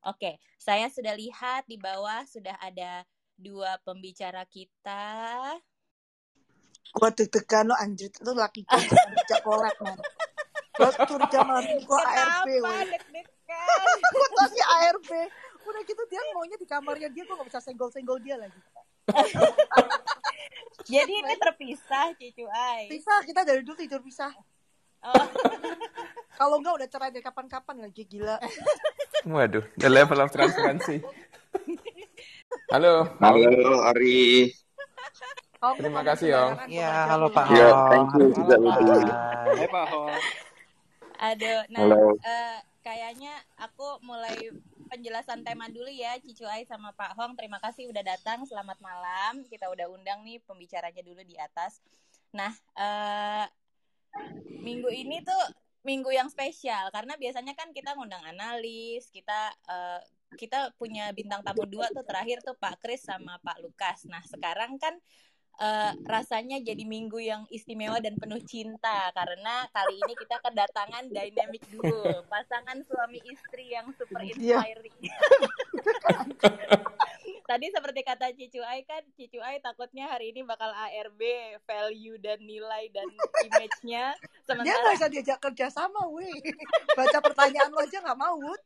Oke, saya sudah lihat di bawah sudah ada 2 pembicara kita. Gua deg-degan lo anjir, itu laki gue jangan dijak kolek man. Gua curiga malam ini gua ARB Kenapa weh. deg-degan? Gua pasti ARB. Udah gitu dia maunya di kamarnya dia, gua gak bisa senggol-senggol dia lagi. Jadi ini terpisah Cicuai. Pisah, kita dari dulu tidur pisah. Oh. Kalau enggak udah cerai dari kapan-kapan lagi, gila. Waduh, the level of transparency. Halo Ari. Terima kasih Ong. Ya, halo Pak Ya, Hong. thank you juga Budi. Hai Pak Hong. Aduh, nah Halo. kayaknya aku mulai penjelasan tema dulu ya, Cicuai sama Pak Hong. Terima kasih udah datang, selamat malam. Kita udah undang nih pembicaranya dulu di atas. Nah, minggu ini tuh minggu yang spesial karena biasanya kan kita ngundang analis, kita punya bintang tamu 2 tuh terakhir tuh Pak Kris sama Pak Lukas. Nah, sekarang kan rasanya jadi minggu yang istimewa dan penuh cinta karena kali ini kita kedatangan dynamic duo, pasangan suami istri yang super inspiring. Tadi seperti kata Cicuai kan, Cicuai takutnya hari ini bakal ARB, value dan nilai dan image-nya. Dia gak bisa diajak kerja sama, weh. Baca pertanyaan lo aja gak mau, Wud.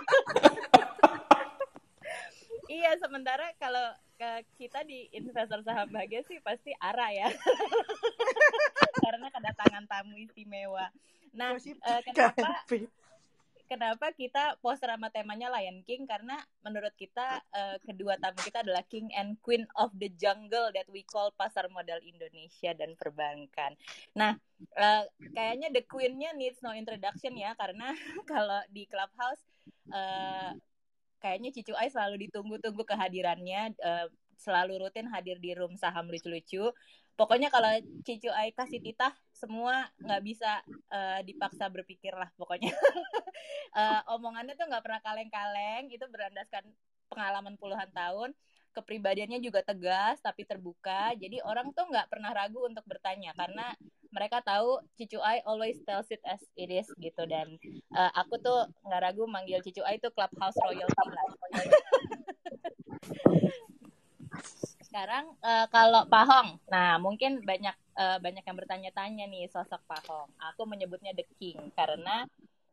Iya, sementara kalau kita di investor saham bahagia sih pasti arah ya. Karena kedatangan tamu istimewa. Nah, kenapa kita poster sama temanya Lion King? Karena menurut kita kedua tamu kita adalah King and Queen of the Jungle that we call pasar modal Indonesia dan perbankan. Nah, kayaknya the Queen-nya needs no introduction ya, karena kalau di Clubhouse kayaknya Cicuai selalu ditunggu-tunggu kehadirannya, selalu rutin hadir di room saham lucu-lucu. Pokoknya kalau Cicuai kasih titah, semua nggak bisa dipaksa berpikir lah pokoknya. Omongannya tuh nggak pernah kaleng-kaleng, itu berlandaskan pengalaman puluhan tahun. Kepribadiannya juga tegas tapi terbuka, jadi orang tuh nggak pernah ragu untuk bertanya karena mereka tahu Cicuai always tells it as it is gitu. Dan aku tuh nggak ragu manggil Cicuai tuh Clubhouse royalty lah. Sekarang kalau Pak Hong, nah mungkin banyak yang bertanya-tanya nih sosok Pak Hong. Aku menyebutnya The King karena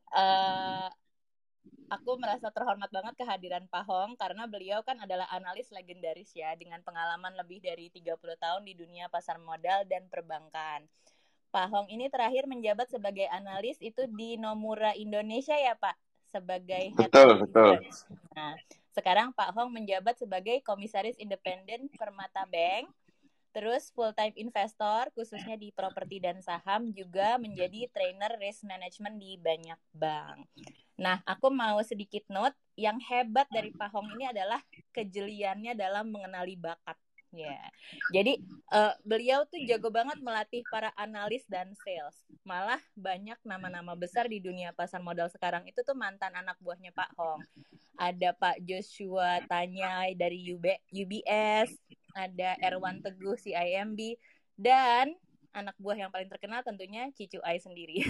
aku merasa terhormat banget kehadiran Pak Hong karena beliau kan adalah analis legendaris ya dengan pengalaman lebih dari 30 tahun di dunia pasar modal dan perbankan. Pak Hong ini terakhir menjabat sebagai analis itu di Nomura Indonesia ya Pak, sebagai head of research. Nah, sekarang Pak Hong menjabat sebagai komisaris independen Permata Bank. Terus full-time investor, khususnya di properti dan saham, juga menjadi trainer risk management di banyak bank. Nah, aku mau sedikit note, yang hebat dari Pak Hong ini adalah kejeliannya dalam mengenali bakat. Ya, jadi beliau tuh jago banget melatih para analis dan sales. Malah banyak nama-nama besar di dunia pasar modal sekarang itu tuh mantan anak buahnya Pak Hong. Ada Pak Joshua Tanyai dari UBS, ada Erwan Teguh CIMB, dan anak buah yang paling terkenal tentunya Cicuai sendiri.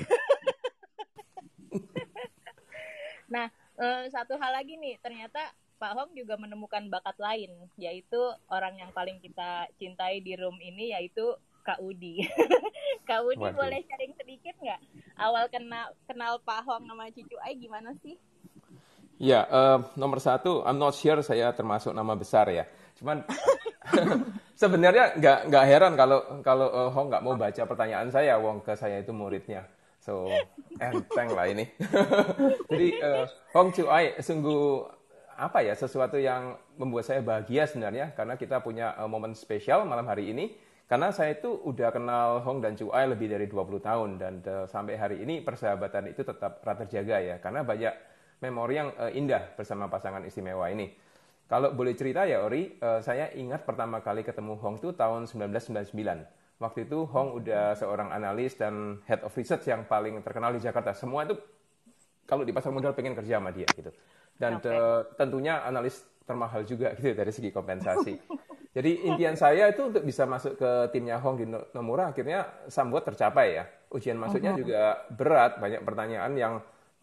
Nah, satu hal lagi nih, ternyata Pak Hong juga menemukan bakat lain, yaitu orang yang paling kita cintai di room ini, yaitu Kak Udi. Kak Udi boleh sharing sedikit nggak? Awal kenal Pak Hong sama Cicuai gimana sih? Ya, nomor 1, I'm not sure saya termasuk nama besar ya. Cuman sebenarnya nggak heran kalau Hong nggak mau baca pertanyaan saya, wong ke saya itu muridnya. So, enteng lah ini. Jadi, Hong Cicuai sungguh sesuatu yang membuat saya bahagia sebenarnya karena kita punya momen spesial malam hari ini karena saya itu udah kenal Hong dan Cicuai lebih dari 20 tahun dan sampai hari ini persahabatan itu tetap terjaga ya karena banyak memori yang indah bersama pasangan istimewa ini. Kalau boleh cerita ya Ori, saya ingat pertama kali ketemu Hong itu tahun 1999. Waktu itu Hong udah seorang analis dan head of research yang paling terkenal di Jakarta. Semua itu kalau di pasar modal pengen kerja sama dia gitu. Dan tentunya analis termahal juga gitu dari segi kompensasi. Jadi impian saya itu untuk bisa masuk ke timnya Hong di Nomura akhirnya somewhat tercapai ya. Ujian masuknya juga berat, banyak pertanyaan yang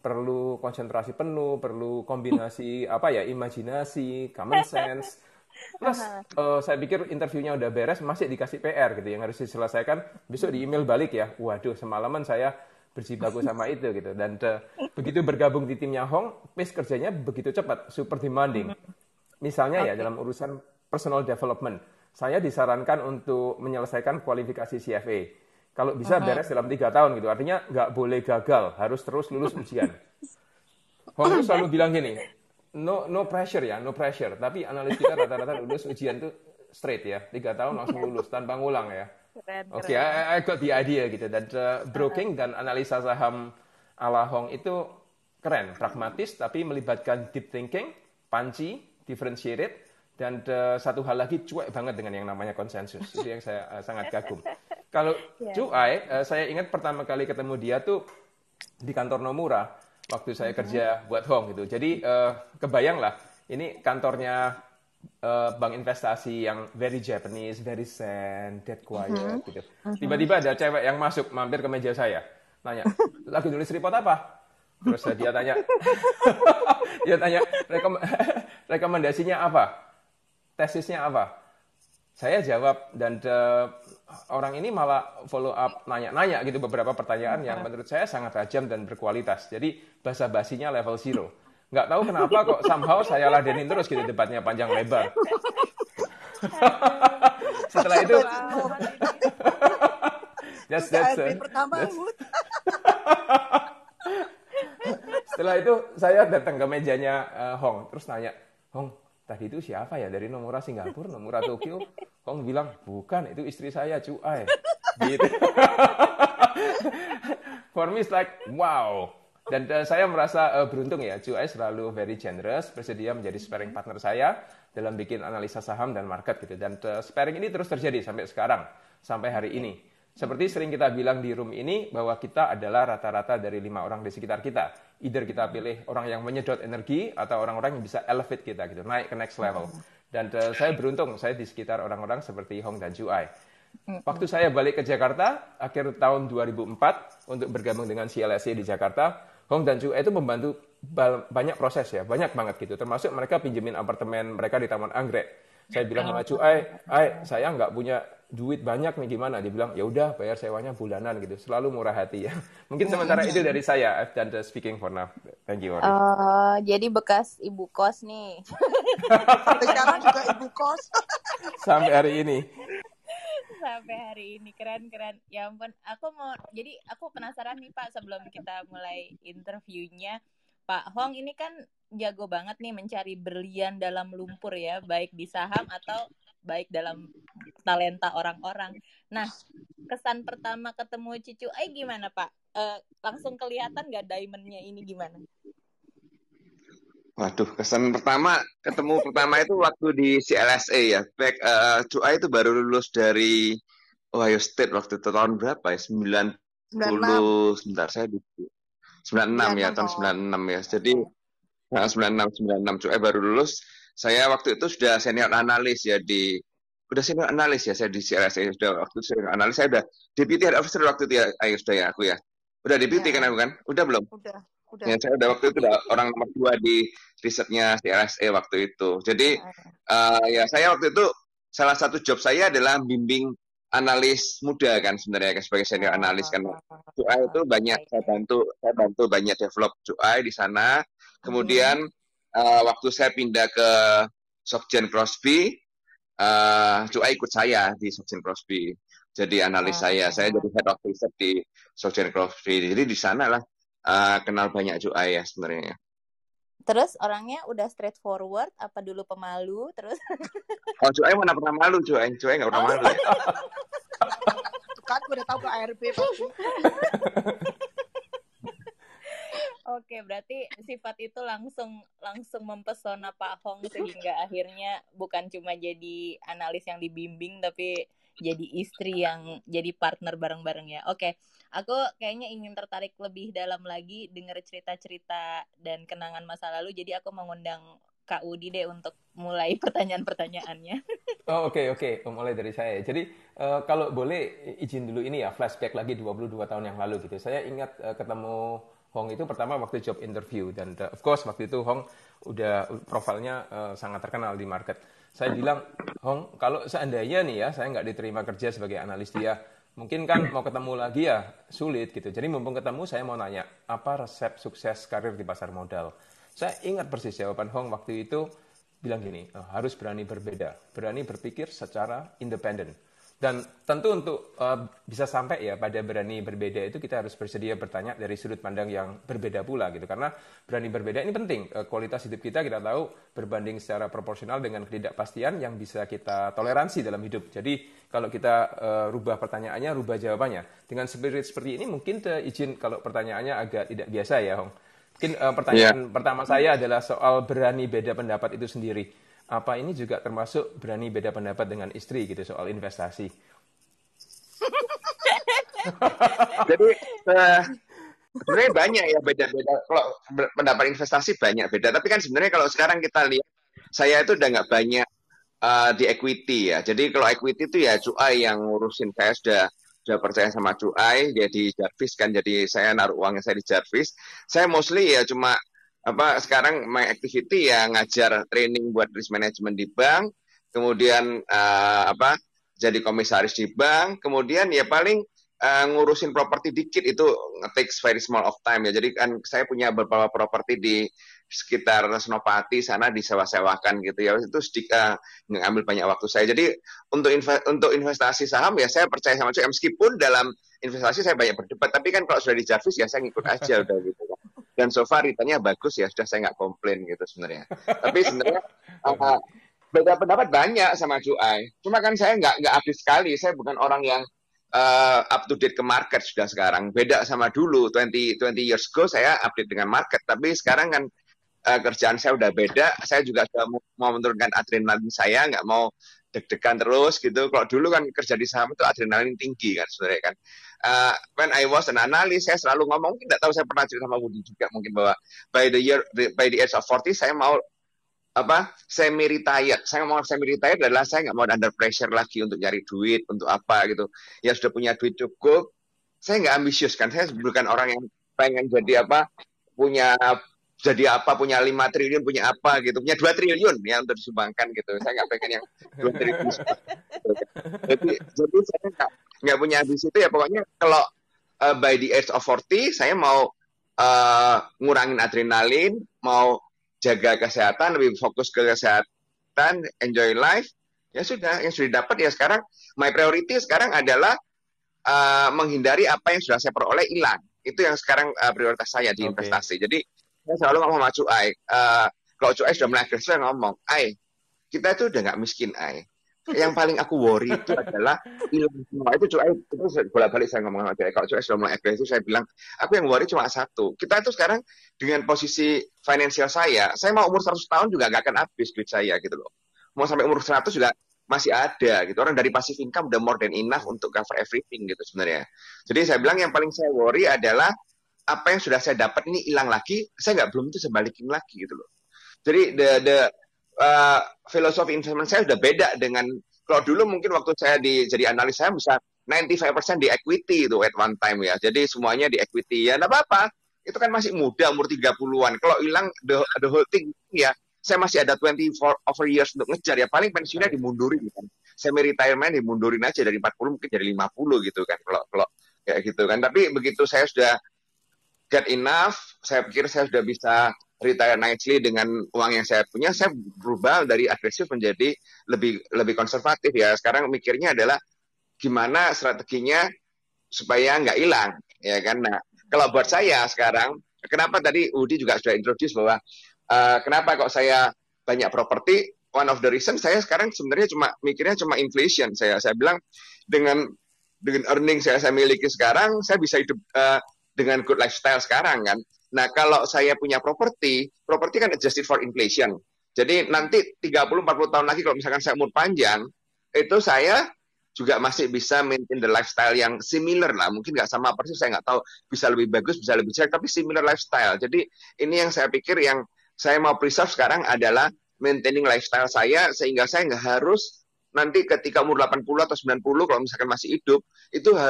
perlu konsentrasi penuh, perlu kombinasi imajinasi, common sense. Plus saya pikir interviewnya udah beres, masih dikasih PR gitu yang harus diselesaikan, besok di email balik ya. Waduh, semalaman saya berjibaku sama itu gitu. Dan begitu bergabung di timnya Hong, pace kerjanya begitu cepat, super demanding. Misalnya ya dalam urusan personal development, saya disarankan untuk menyelesaikan kualifikasi CFA. Kalau bisa beres dalam 3 tahun gitu, artinya nggak boleh gagal, harus terus lulus ujian. Hong itu selalu bilang gini, no pressure ya, no pressure. Tapi analis kita rata-rata lulus ujian tuh straight ya, 3 tahun langsung lulus tanpa ngulang ya. Oke, I got the idea gitu. Dan broking dan analisa saham ala Hong itu keren, pragmatis tapi melibatkan deep thinking, punchy, differentiated, dan satu hal lagi cuek banget dengan yang namanya konsensus. Itu yang saya sangat kagum. Kalau Chu Ai, saya ingat pertama kali ketemu dia tuh di kantor Nomura waktu saya kerja buat Hong gitu. Jadi kebayang lah, ini kantornya bank investasi yang very Japanese, very zen, dead quiet gitu. Tiba-tiba ada cewek yang masuk, mampir ke meja saya, nanya, lagi nulis report apa? Terus dia tanya, rekomendasinya apa? Tesisnya apa? Saya jawab, dan orang ini malah follow up, nanya-nanya gitu beberapa pertanyaan yang menurut saya sangat tajam dan berkualitas. Jadi basa-basinya level 0. Nggak tahu kenapa kok somehow saya ladenin terus gitu, debatnya panjang lebar. Setelah itu, setelah itu saya datang ke mejanya Hong, terus nanya, Hong, tadi itu siapa ya dari Nomura Singapura, Nomura Tokyo? Hong bilang, bukan, itu istri saya, Chu Ai. Gitu. For me, it's like, wow. Dan saya merasa beruntung ya, Chu Ai selalu very generous, bersedia menjadi sparring partner saya dalam bikin analisa saham dan market gitu. Dan sparring ini terus terjadi sampai sekarang, sampai hari ini. Seperti sering kita bilang di room ini, bahwa kita adalah rata-rata dari 5 orang di sekitar kita. Either kita pilih orang yang menyedot energi, atau orang-orang yang bisa elevate kita gitu, naik ke next level. Dan saya beruntung, saya di sekitar orang-orang seperti Hong dan Chu Ai. Waktu saya balik ke Jakarta, akhir tahun 2004, untuk bergabung dengan CLSA di Jakarta, Hong dan Chu Ai itu membantu banyak proses ya, banyak banget gitu. Termasuk mereka pinjemin apartemen mereka di Taman Anggrek. Saya bilang sama Chu Ai, saya nggak punya duit banyak nih, gimana? Dia bilang, ya udah bayar sewanya bulanan gitu. Selalu murah hati ya. Mungkin sementara itu dari saya. I've done the speaking for now. Thank you, Ori. Jadi bekas ibu kos nih. Sekarang juga ibu kos. Sampai hari ini. Sampai hari ini, keren. Ya ampun, jadi aku penasaran nih Pak, sebelum kita mulai interviewnya. Pak Hong ini kan jago banget nih mencari berlian dalam lumpur ya, baik di saham atau baik dalam talenta orang-orang. Nah, kesan pertama ketemu Cicu Ai gimana Pak? Langsung kelihatan nggak diamondnya ini gimana? Waduh, kesan ketemu pertama itu waktu di CLSA ya. Chu Ai itu baru lulus dari Ohio State waktu itu tahun berapa ya? 90, sebentar saya 96 ya, tahun 96 ya. Jadi 96 Chu Ai baru lulus. Saya waktu itu sudah senior analis ya udah senior analis ya saya di CLSA, sudah waktu senior analis, saya udah deputy head officer waktu itu ya, sudah ya aku ya. Udah deputy kan aku kan? Udah belum? Udah. Ya, saya udah waktu itu udah orang nomor 2 di risetnya CLSA waktu itu. Jadi ya saya waktu itu salah satu job saya adalah bimbing analis muda kan sebenarnya sebagai senior analis kan. Chu Ai itu banyak saya bantu banyak develop Chu Ai di sana. Kemudian waktu saya pindah ke Sokjen Crosby, Chu Ai ikut saya di Sokjen Crosby. Jadi analis saya jadi head of research di Sokjen Crosby. Jadi di sana lah kenal banyak Chu Ai ya sebenarnya. Terus orangnya udah straightforward, apa dulu pemalu terus? Oh, Chu Ai mana pernah malu, Chu Ai nggak pernah malu. Ya? Kan gue udah tahu ke ARB pasti. Oke, berarti sifat itu langsung mempesona Pak Hong sehingga akhirnya bukan cuma jadi analis yang dibimbing, tapi jadi istri yang jadi partner bareng-bareng ya. Oke, aku kayaknya ingin tertarik lebih dalam lagi dengar cerita-cerita dan kenangan masa lalu. Jadi aku mengundang Kak Udi deh untuk mulai pertanyaan-pertanyaannya. Oh, oke. Mulai dari saya. Jadi kalau boleh izin dulu ini ya, flashback lagi 22 tahun yang lalu gitu. Saya ingat ketemu Hong itu pertama waktu job interview, dan of course waktu itu Hong udah profilnya sangat terkenal di market. Saya bilang, Hong, kalau seandainya nih ya saya nggak diterima kerja sebagai analis dia, mungkin kan mau ketemu lagi ya sulit gitu. Jadi mumpung ketemu saya mau nanya, apa resep sukses karir di pasar modal? Saya ingat persis jawaban Hong waktu itu, bilang gini, harus berani berbeda, berani berpikir secara independen. Dan tentu untuk bisa sampai ya pada berani berbeda itu kita harus bersedia bertanya dari sudut pandang yang berbeda pula gitu. Karena berani berbeda ini penting. Kualitas hidup kita tahu berbanding secara proporsional dengan ketidakpastian yang bisa kita toleransi dalam hidup. Jadi kalau kita rubah pertanyaannya, rubah jawabannya. Dengan spirit seperti ini mungkin izin kalau pertanyaannya agak tidak biasa ya Hong. Mungkin pertanyaan pertama saya adalah soal berani beda pendapat itu sendiri. Apa ini juga termasuk berani beda pendapat dengan istri gitu soal investasi? Jadi sebenarnya banyak ya beda-beda. Kalau pendapat investasi banyak beda. Tapi kan sebenarnya kalau sekarang kita lihat, saya itu udah nggak banyak di equity ya. Jadi kalau equity itu ya Cuai yang ngurusin. Saya sudah percaya sama Cuai, dia di Jarvis kan. Jadi saya naruh uangnya saya di Jarvis. Saya mostly ya cuma sekarang my activity ya ngajar training buat risk management di bank, kemudian jadi komisaris di bank, kemudian ya paling ngurusin properti dikit, itu takes very small of time ya. Jadi kan saya punya beberapa properti di sekitar Senopati sana disewa-sewakan gitu ya. Itu sedikit ngambil banyak waktu saya. Jadi untuk investasi saham ya saya percaya sama Cuy, meskipun dalam investasi saya banyak berdebat, tapi kan kalau sudah di Jarvis ya saya ngikut aja udah gitu kan. Dan so far returnnya bagus ya, sudah saya nggak komplain gitu sebenarnya. Tapi sebenarnya beda pendapat banyak sama Cuai. Cuma kan saya nggak update sekali. Saya bukan orang yang up to date ke market sudah sekarang. Beda sama dulu, 20 years ago saya update dengan market. Tapi sekarang kan kerjaan saya udah beda. Saya juga sudah mau menurunkan adrenalin saya, nggak mau deg-degan terus gitu. Kalau dulu kan kerja di saham itu adrenalin tinggi kan sebenarnya kan. When I was an analyst, saya selalu ngomong, mungkin nggak tahu saya pernah cerita sama Budi juga mungkin, bahwa by the age of 40 saya mau semi retired. Saya mau semi retired adalah saya nggak mau under pressure lagi untuk nyari duit untuk apa gitu. Ya sudah punya duit cukup. Saya nggak ambisius kan. Saya bukan orang yang pengen jadi punya 5 triliun, punya apa gitu, punya 2 triliun ya untuk disumbangkan gitu. Saya nggak pengen yang 2 triliun. Jadi saya nggak punya ambisi itu ya. Pokoknya kalau by the age of 40 saya mau ngurangin adrenalin, mau jaga kesehatan, lebih fokus ke kesehatan, enjoy life. Ya sudah, yang sudah dapat ya sekarang my priority sekarang adalah menghindari apa yang sudah saya peroleh hilang. Itu yang sekarang prioritas saya di investasi. Jadi saya selalu ngomong sama Cuai, kalau Cuai sudah mulai agresif, saya ngomong, kita itu udah nggak miskin, yang paling aku worry itu adalah hilang semua. Itu Cuai, itu bolak-balik saya ngomong sama Cuai. Kalau Cuai sudah mulai agresif, saya bilang, aku yang worry cuma satu. Kita itu sekarang dengan posisi finansial saya mau umur 100 tahun juga nggak akan habis duit saya gitu loh. Mau sampai umur 100 juga masih ada gitu. Orang dari passive income udah more than enough untuk cover everything gitu sebenarnya. Jadi saya bilang yang paling saya worry adalah apa yang sudah saya dapat ini hilang lagi, saya belum itu saya balikin lagi gitu loh. Jadi filosofi investment saya sudah beda dengan kalau dulu mungkin waktu saya jadi analis saya bisa 95% di equity itu at one time ya. Jadi semuanya di equity ya, enggak apa-apa. Itu kan masih muda, umur 30-an. Kalau hilang the whole thing ya, saya masih ada 24 over years untuk ngejar ya. Paling pensiunnya dimundurin kan. Semi retirement dimundurin aja dari 40 mungkin jadi 50 gitu kan. Kalau kayak gitu kan. Tapi begitu saya sudah get enough, saya pikir saya sudah bisa retire nicely dengan uang yang saya punya, saya berubah dari agresif menjadi lebih konservatif ya. Sekarang mikirnya adalah gimana strateginya supaya nggak hilang, ya kan. Nah, kalau buat saya sekarang, kenapa tadi Udi juga sudah introduce bahwa kenapa kok saya banyak properti, one of the reason saya sekarang sebenarnya mikirnya cuma inflation. Saya bilang dengan earning saya miliki sekarang, saya bisa hidup dengan good lifestyle sekarang kan. Nah, kalau saya punya properti kan adjusted for inflation. Jadi nanti 30-40 tahun lagi kalau misalkan saya umur panjang, itu saya juga masih bisa maintain the lifestyle yang similar lah. Mungkin nggak sama persis, saya nggak tahu, bisa lebih bagus, bisa lebih jelek, tapi similar lifestyle. Jadi ini yang saya pikir yang saya mau preserve sekarang adalah maintaining lifestyle saya, sehingga saya nggak harus nanti ketika umur 80 atau 90 kalau misalkan masih hidup, itu harus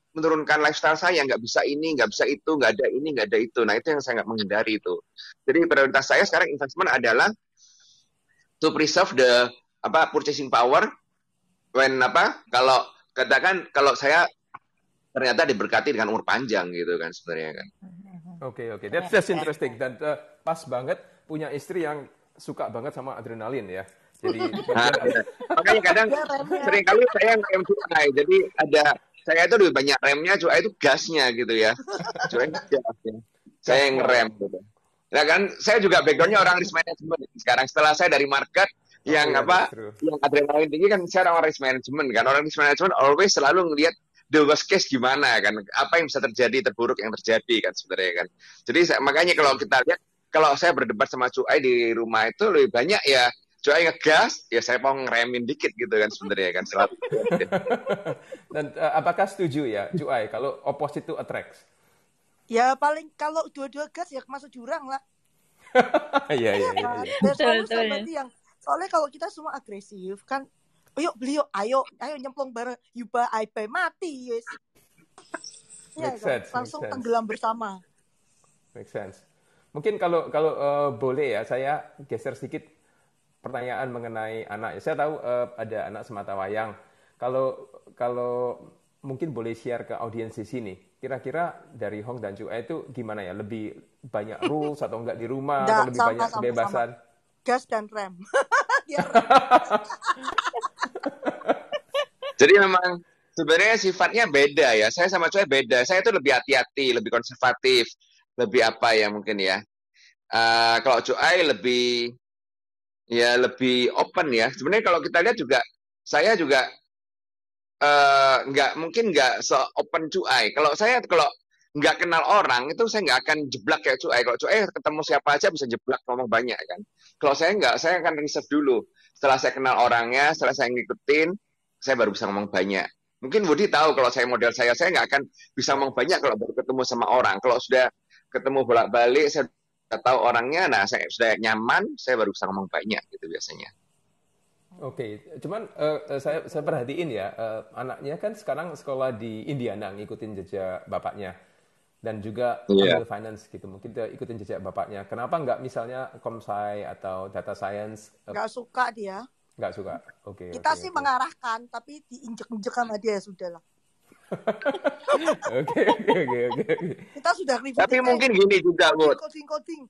menurunkan lifestyle saya, nggak bisa ini, nggak bisa itu, nggak ada ini, nggak ada itu. Nah, itu yang saya nggak menghindari itu. Jadi prioritas saya sekarang investment adalah to preserve the purchasing power when kalau katakan kalau saya ternyata diberkati dengan umur panjang gitu kan sebenarnya kan. Oke, that's interesting dan pas banget punya istri yang suka banget sama adrenalin ya. Jadi makanya kadang sering kali saya ngerem cuai. Jadi saya itu lebih banyak remnya, cuai itu gasnya gitu ya. Cuai gasnya. Saya yang ngerem gitu. Nah kan saya juga backgroundnya orang risk management. Sekarang setelah saya dari market yang adrenalin tinggi kan saya orang risk management kan. Orang risk management always selalu ngelihat the worst case gimana kan, apa yang bisa terjadi, terburuk yang terjadi kan sebenarnya kan. Jadi makanya kalau kita lihat, kalau saya berdebat sama Cuai di rumah itu lebih banyak ya Cuai ngegas, ya saya mau ngeremin dikit gitu kan sebenarnya kan selalu. Dan apakah setuju ya Cuai kalau opposite to attracts? Ya paling kalau dua-dua gas ya masuk jurang lah. Iya. Soalnya kalau kita semua agresif kan, ayo nyemplung bareng, you buy, I buy, mati yes. Ya, kan? Langsung tenggelam bersama. Make sense. Mungkin kalau boleh ya saya geser sedikit pertanyaan mengenai anak. Saya tahu ada anak sematawayang. Kalau mungkin boleh share ke audiens di sini. Kira-kira dari Hong dan Cuai itu gimana ya? Lebih banyak rules atau enggak di rumah atau lebih banyak kebebasan? Gas dan rem. Jadi memang sebenarnya sifatnya beda ya. Saya sama Cuai beda. Saya itu lebih hati-hati, lebih konservatif, lebih apa ya mungkin ya. Kalau Cuai lebih open ya. Sebenarnya kalau kita lihat juga, saya juga nggak se-open Cuai. Kalau nggak kenal orang, itu saya nggak akan jeblak kayak Cuai. Kalau Cuai ketemu siapa aja bisa jeblak ngomong banyak kan. Kalau saya nggak, saya akan riset dulu. Setelah saya kenal orangnya, setelah saya ngikutin, saya baru bisa ngomong banyak. Mungkin Budi tahu kalau saya model saya nggak akan bisa ngomong banyak kalau baru ketemu sama orang. Kalau sudah ketemu bolak-balik, saya sudah tahu orangnya, nah saya sudah nyaman, saya baru bisa ngomong banyak gitu biasanya. Oke, cuman saya perhatiin ya, anaknya kan sekarang sekolah di Indiana, ngikutin jejak bapaknya. Dan juga ambil finance gitu, mungkin dia ikutin jejak bapaknya. Kenapa nggak misalnya Comsci atau Data Science? Nggak suka dia. Nggak suka, oke. Kita sih mengarahkan, tapi diinjek-injek sama dia ya sudah lah. Oke. Kita sudah ribut. Tapi mungkin gini juga, Bud. Coding.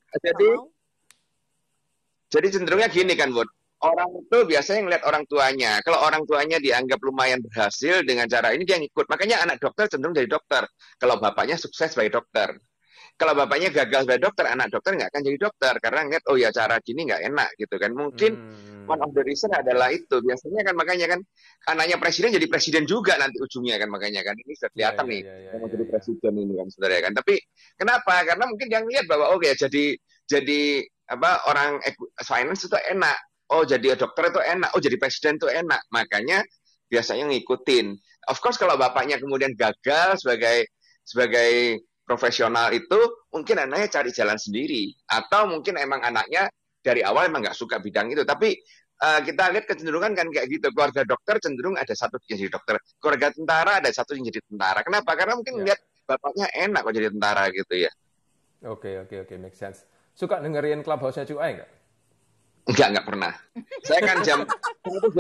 Jadi cenderungnya gini kan, Bud. Orang itu biasanya ngeliat orang tuanya. Kalau orang tuanya dianggap lumayan berhasil dengan cara ini, dia ngikut. Makanya anak dokter cenderung jadi dokter. Kalau bapaknya sukses sebagai dokter. Kalau bapaknya gagal sebagai dokter, anak dokter nggak akan jadi dokter. Karena ngeliat, oh ya cara gini nggak enak gitu kan. Mungkin one of the reason adalah itu. Biasanya kan makanya kan, anaknya presiden jadi presiden juga nanti ujungnya kan. Makanya kan, ini sudah kelihatan nih. Yang mau jadi presiden ini kan sebenarnya kan. Tapi kenapa? Karena mungkin dia ngeliat bahwa, oh ya jadi orang finance itu enak. Oh jadi dokter itu enak, oh jadi presiden itu enak. Makanya biasanya ngikutin. Of course kalau bapaknya kemudian gagal sebagai profesional itu, mungkin anaknya cari jalan sendiri. Atau mungkin emang anaknya dari awal emang nggak suka bidang itu. Tapi kita lihat kecenderungan kan kayak gitu. Keluarga dokter cenderung ada satu yang jadi dokter. Keluarga tentara ada satu yang jadi tentara. Kenapa? Karena mungkin lihat bapaknya enak kok jadi tentara gitu ya. Oke, make sense. Suka dengerin Clubhouse-nya Cuai nggak? Nggak pernah. Saya kan jam 10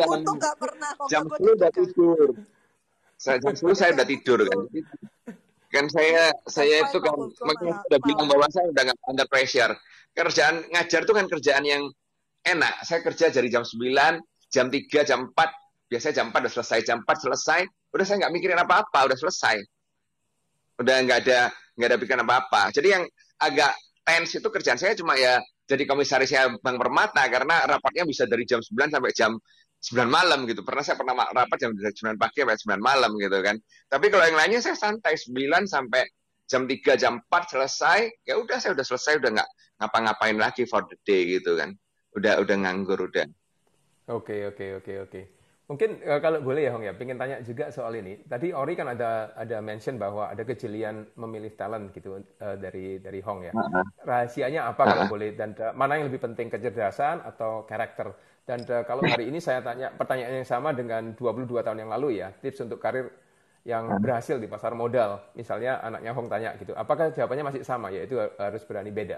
udah tidur. Jam 10 saya udah tidur kan. Kan saya itu kan makanya udah bilang bahwa saya udah nggak under pressure. Kerjaan ngajar itu kan kerjaan yang enak. Saya kerja dari jam 9, jam 3, jam 4. Biasanya jam 4 udah selesai. Jam 4 selesai, udah saya nggak mikirin apa-apa, udah selesai. Udah nggak ada pikiran apa-apa. Jadi yang agak tense itu kerjaan saya cuma ya jadi komisarisnya Bank Permata karena rapatnya bisa dari jam 9 sampai jam 9 malam gitu. Saya pernah rapat jam 9 pagi sampai 9 malam gitu kan. Tapi kalau yang lainnya saya santai 9 sampai jam 3, jam 4 selesai. Ya udah saya udah selesai, udah nggak ngapa-ngapain lagi for the day gitu kan. Udah nganggur udah. Oke. Mungkin kalau boleh ya Hong ya, pengen tanya juga soal ini. Tadi Ori kan ada mention bahwa ada kejelian memilih talent gitu dari Hong ya. Rahasianya apa kalau boleh dan mana yang lebih penting, kecerdasan atau karakter? Dan kalau hari ini saya tanya pertanyaan yang sama dengan 22 tahun yang lalu ya, tips untuk karir yang berhasil di pasar modal. Misalnya anaknya Hong tanya gitu, apakah jawabannya masih sama, yaitu harus berani beda?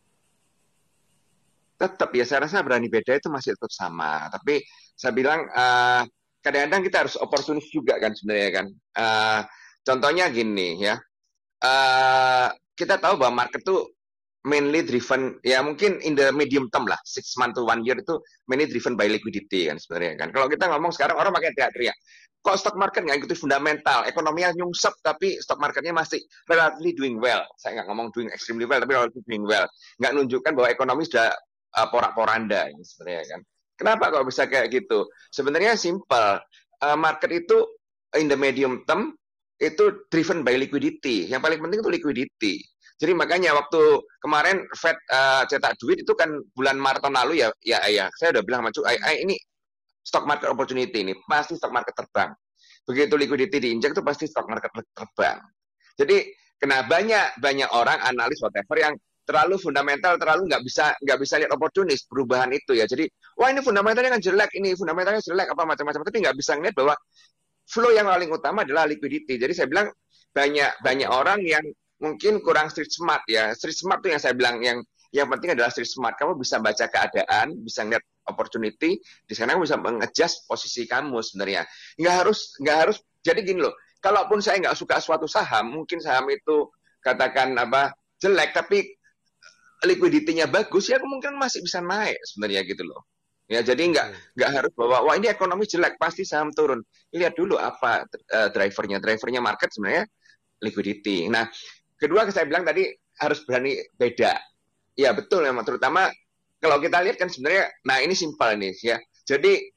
Tetap ya, saya rasa berani beda itu masih tetap sama. Tapi saya bilang kadang-kadang kita harus oportunis juga kan sebenarnya kan. Contohnya gini ya, kita tahu bahwa market tuh mainly driven, ya mungkin in the medium term lah, 6 months to 1 year itu mainly driven by liquidity kan sebenarnya kan. Kalau kita ngomong sekarang orang pakai teriak-teriak, kok stock market nggak ikuti fundamental, ekonominya nyungsep tapi stock marketnya masih relatively doing well. Saya nggak ngomong doing extremely well, tapi relatively doing well. Nggak nunjukkan bahwa ekonomi sudah porak-poranda sebenarnya kan. Kenapa kok bisa kayak gitu? Sebenarnya simple, market itu in the medium term itu driven by liquidity. Yang paling penting itu liquidity. Jadi makanya waktu kemarin Fed cetak duit itu kan bulan Maret tahun lalu ya saya udah bilang sama Cuy, ini stock market opportunity ini pasti stock market terbang. Begitu liquidity diinjak itu pasti stock market terbang. Jadi kena banyak orang analis whatever yang terlalu fundamental, terlalu nggak bisa lihat opportunis perubahan itu ya. Jadi wah ini fundamentalnya kan jelek, ini fundamentalnya jelek apa macam-macam, tapi nggak bisa ngeliat bahwa flow yang paling utama adalah liquidity. Jadi saya bilang banyak orang yang mungkin kurang street smart ya. Street smart itu yang saya bilang yang penting adalah street smart. Kamu bisa baca keadaan, bisa ngeliat opportunity, di sana kamu bisa mengadjust posisi kamu sebenarnya. Nggak harus. Jadi gini loh, kalaupun saya nggak suka suatu saham, mungkin saham itu katakan jelek, tapi liquidity-nya bagus, ya kemungkinan masih bisa naik sebenarnya gitu loh. Ya, jadi nggak harus bahwa wah ini ekonomi jelek pasti saham turun. Lihat dulu apa drivernya. Drivernya market sebenarnya liquidity. Nah, kedua saya bilang tadi harus berani beda. Ya betul memang, terutama kalau kita lihat kan sebenarnya, nah ini simpel nih ya. Jadi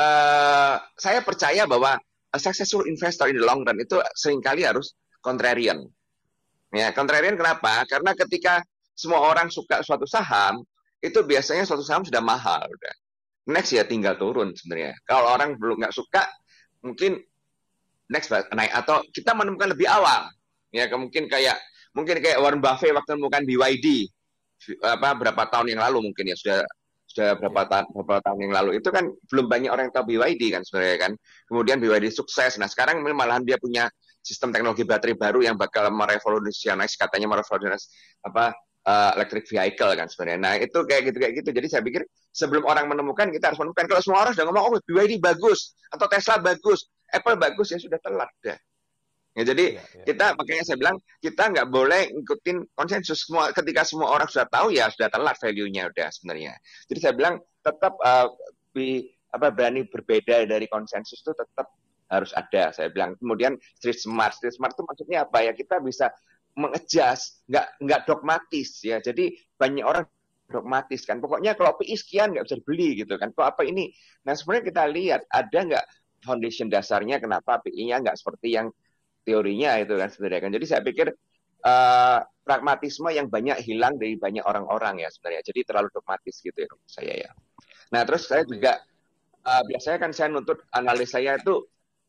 saya percaya bahwa a successful investor in the long run itu seringkali harus contrarian. Ya, contrarian kenapa? Karena ketika semua orang suka suatu saham, itu biasanya suatu saham sudah mahal udah. Next ya tinggal turun sebenarnya. Kalau orang belum nggak suka, mungkin next naik, atau kita menemukan lebih awal. Ya, mungkin kayak Warren Buffett waktu menemukan BYD berapa tahun yang lalu mungkin ya, sudah berapa tahun yang lalu, itu kan belum banyak orang yang tahu BYD kan sebenarnya kan. Kemudian BYD sukses. Nah, sekarang malahan dia punya sistem teknologi baterai baru yang bakal merevolusionis, katanya merevolusionis electric vehicle kan sebenarnya. Nah, itu kayak gitu. Jadi saya pikir sebelum orang menemukan, kita harus menemukan. Kalau semua orang sudah ngomong, oh BYD bagus, atau Tesla bagus, Apple bagus, ya sudah telat dah. Ya, jadi kita, makanya saya bilang kita nggak boleh ngikutin konsensus. Ketika semua orang sudah tahu, ya sudah telat value-nya udah sebenarnya. Jadi saya bilang tetap berani berbeda dari konsensus itu tetap harus ada. Saya bilang kemudian street smart itu maksudnya apa ya? Kita bisa mengadjust, nggak dogmatis ya. Jadi banyak orang dogmatis kan. Pokoknya kalau PI sekian nggak bisa dibeli gitu kan. Kok apa ini? Nah sebenarnya kita lihat ada nggak foundation dasarnya kenapa PI-nya nggak seperti yang teorinya itu kan sebenarnya kan. Jadi saya pikir pragmatisme yang banyak hilang dari banyak orang-orang ya sebenarnya. Jadi terlalu dogmatis gitu ya saya ya. Nah terus saya juga biasanya kan saya nuntut analis saya itu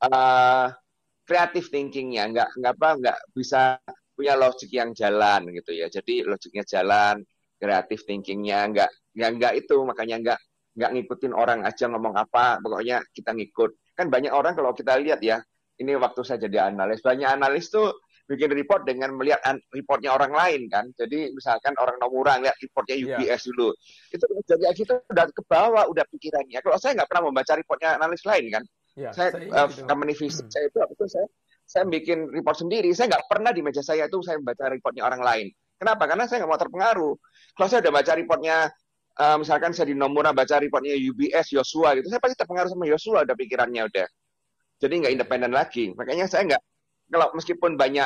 creative thinking-nya, nggak bisa punya logik yang jalan gitu ya. Jadi logiknya jalan, creative thinking-nya nggak itu, makanya nggak ngikutin orang aja ngomong apa, pokoknya kita ngikut. Kan banyak orang kalau kita lihat ya, ini waktu saya jadi analis, banyak analis tuh bikin report dengan melihat reportnya orang lain kan. Jadi misalkan orang Nomura lihat reportnya UBS dulu, itu jadi kita udah ke bawah udah pikirannya. Kalau saya nggak pernah membaca reportnya analis lain kan. Saya company visit saya itu waktu saya bikin report sendiri. Saya nggak pernah di meja saya itu saya baca reportnya orang lain. Kenapa? Karena saya nggak mau terpengaruh. Kalau saya udah baca reportnya, misalkan saya di Nomura baca reportnya UBS, Yosua gitu, saya pasti terpengaruh sama Yosua, udah pikirannya udah. Jadi nggak independen lagi. Makanya saya nggak, kalau meskipun banyak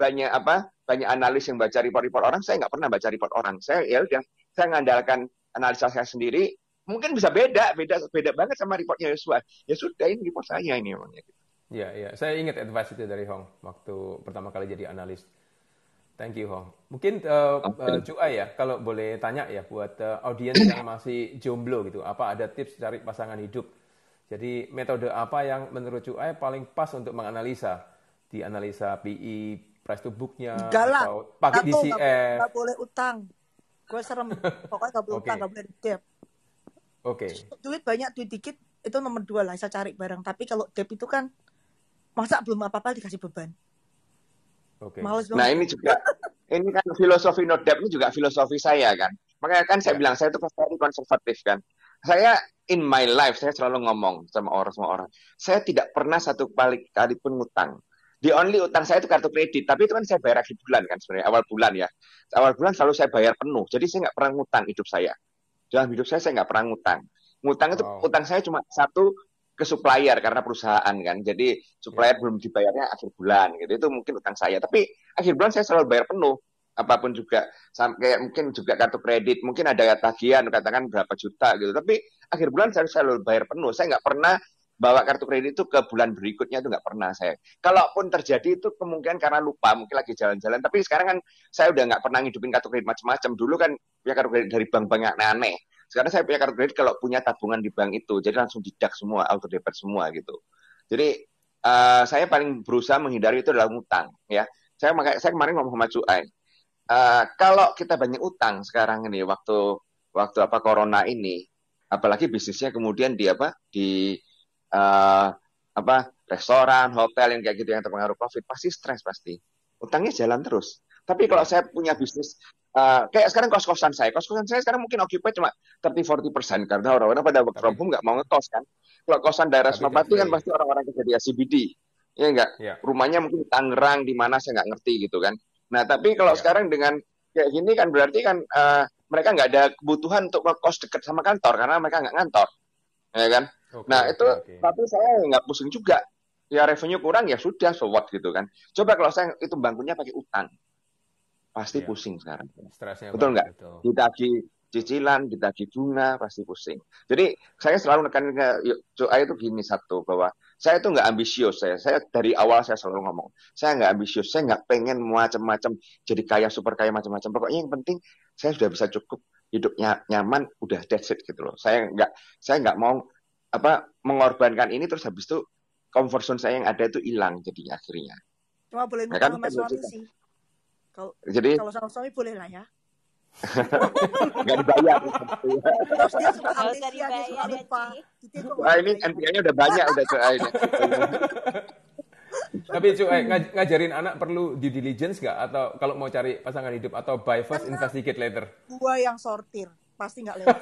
analis yang baca report orang, saya nggak pernah baca report orang. Saya ngandalkan analisa saya sendiri. Mungkin bisa beda banget sama reportnya Yosua. Ya sudah, ini report saya ini emangnya. Iya. Saya ingat advice itu dari Hong waktu pertama kali jadi analis. Thank you, Hong. Mungkin Cuai ya, kalau boleh tanya ya buat audiens yang masih jomblo gitu, apa ada tips cari pasangan hidup? Jadi metode apa yang menurut Cuai paling pas untuk menganalisa? Dianalisa PE, price to book-nya, atau pakai DCF? Nggak boleh utang. Gue serem. Pokoknya nggak boleh utang, nggak boleh debt. Oke. Duit banyak, duit dikit, itu nomor 2 lah. Saya cari barang. Tapi kalau debt itu kan Masa belum apa-apa dikasih beban. Oke. Males banget. Nah, ini juga ini kan filosofi no debt ini juga filosofi saya kan. Makanya kan saya bilang saya itu very konservatif kan. Saya in my life saya selalu ngomong sama orang. Saya tidak pernah satu kali pun ngutang. The only utang saya itu kartu kredit, tapi itu kan saya bayar akhir bulan kan sebenarnya, awal bulan ya. Awal bulan selalu saya bayar penuh. Jadi saya nggak pernah ngutang hidup saya. Dalam hidup saya nggak pernah ngutang. Ngutang itu utang saya cuma satu ke supplier karena perusahaan kan. Jadi supplier belum dibayarnya akhir bulan gitu. Itu mungkin utang saya. Tapi akhir bulan saya selalu bayar penuh. Apapun juga, kayak mungkin juga kartu kredit, mungkin ada tagihan katakan berapa juta gitu. Tapi akhir bulan saya selalu bayar penuh. Saya nggak pernah bawa kartu kredit itu ke bulan berikutnya, itu nggak pernah saya. Kalaupun terjadi itu kemungkinan karena lupa, mungkin lagi jalan-jalan. Tapi sekarang kan saya udah nggak pernah ngidupin kartu kredit macam-macam. Dulu kan punya kartu kredit dari bank-bank yang aneh. Sekarang saya punya kartu kredit kalau punya tabungan di bank itu, jadi langsung deduct semua, auto debit semua gitu. Jadi saya paling berusaha menghindari itu adalah ngutang ya. Saya kemarin ngomong sama Cuai. Kalau kita banyak utang sekarang ini waktu apa corona ini, apalagi bisnisnya kemudian di restoran, hotel yang kayak gitu yang terpengaruh COVID, pasti stres pasti. Utangnya jalan terus. Tapi kalau saya punya bisnis kayak sekarang kos-kosan saya sekarang mungkin occupied cuma 30-40% karena orang-orang pada work from home nggak mau ngekos kan. Kalau kosan daerah Senopati kan pasti orang-orang kerja di CBD, ya enggak? Yeah. Rumahnya mungkin Tangerang di mana saya nggak ngerti gitu kan. Nah, tapi kalau sekarang dengan kayak gini kan berarti kan mereka nggak ada kebutuhan untuk kos dekat sama kantor karena mereka nggak ngantor, ya kan? Tapi saya nggak pusing juga. Ya revenue kurang ya sudah, so what gitu kan. Coba kalau saya itu bangunnya pakai utang, pasti pusing sekarang. Stresnya betul nggak? Ditagih cicilan, ditagih bunga, pasti pusing. Jadi saya selalu nekan ke Joai itu gini satu, bahwa saya itu nggak ambisius. Saya dari awal saya selalu ngomong, saya nggak ambisius, saya nggak pengen macam-macam jadi kaya, super kaya macam-macam. Pokoknya yang penting saya sudah bisa cukup hidupnya nyaman, udah that's it gitu loh. Saya nggak mau mengorbankan ini terus habis itu comfort zone saya yang ada itu hilang jadi akhirnya. Cuma boleh minta sama suami sih. Kalau sama suami boleh lah ya. Nggak dibayar. Terus dia suka amnesia, dia suka lupa. Ini NPL-nya udah banyak udah ini. Tapi ngajarin anak perlu due diligence nggak? Atau kalau mau cari pasangan hidup atau buy first, investigate later? Gua yang sortir, pasti nggak lewat.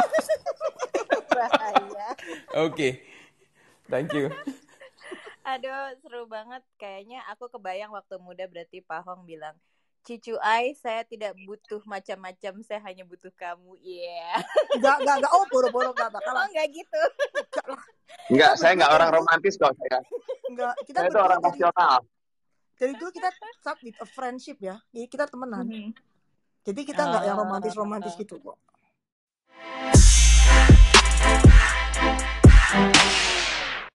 Bahaya. Oke. Thank you. Aduh, seru banget. Kayaknya aku kebayang waktu muda berarti Pak Hong bilang, Cicu Ai, saya tidak butuh macam-macam, saya hanya butuh kamu. Iya. Yeah. Enggak. Oh, boro-boro enggak bakal. Oh, enggak gitu. Enggak, saya enggak orang romantis kok saya. Enggak, saya itu orang rasional. Dari dulu kita start with a friendship ya. Jadi kita temenan. Jadi kita enggak yang romantis-romantis gitu kok.